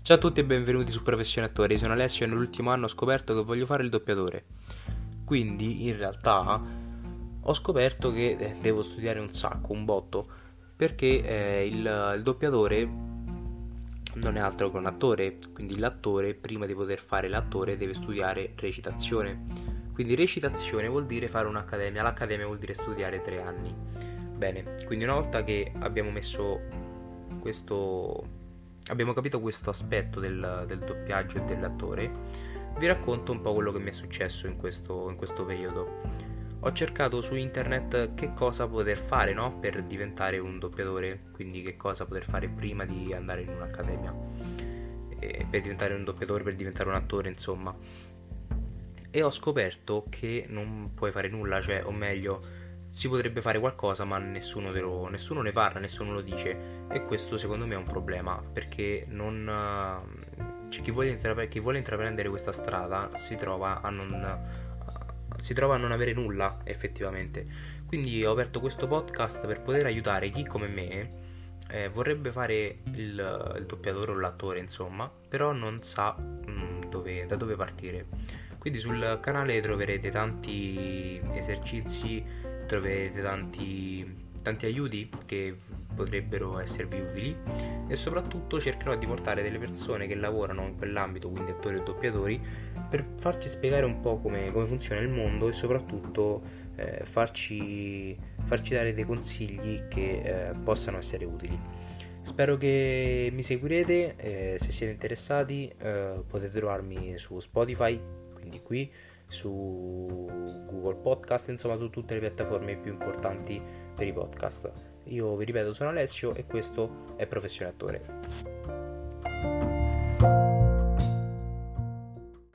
Ciao a tutti e benvenuti su Professione Attore. Sono Alessio e nell'ultimo anno ho scoperto che voglio fare il doppiatore. Quindi in realtà ho scoperto che devo studiare un sacco, un botto, perché il doppiatore non è altro che un attore. Quindi l'attore, prima di poter fare l'attore, deve studiare recitazione. Quindi recitazione vuol dire fare un'accademia. L'accademia vuol dire studiare 3 anni. Bene, quindi una volta che abbiamo capito questo aspetto del doppiaggio e dell'attore, vi racconto un po' quello che mi è successo in questo periodo. Ho cercato su internet che cosa poter fare, no? Per diventare un doppiatore, quindi che cosa poter fare prima di andare in un'accademia, per diventare un doppiatore, per diventare un attore, insomma. E ho scoperto che non puoi fare nulla, cioè, o meglio, si potrebbe fare qualcosa, ma nessuno ne parla, nessuno lo dice. E questo secondo me è un problema, perché chi vuole intraprendere questa strada si trova a non avere nulla effettivamente. Quindi ho aperto questo podcast per poter aiutare chi come me vorrebbe fare il doppiatore o l'attore, insomma, però non sa da dove partire. Quindi sul canale troverete tanti esercizi, troverete tanti aiuti che potrebbero esservi utili, e soprattutto cercherò di portare delle persone che lavorano in quell'ambito, quindi attori o doppiatori, per farci spiegare un po' come funziona il mondo, e soprattutto farci dare dei consigli che possano essere utili. Spero che mi seguirete, se siete interessati potete trovarmi su Spotify, quindi qui, su Google Podcast, insomma su tutte le piattaforme più importanti per i podcast. Io vi ripeto, sono Alessio e questo è Professione Attore.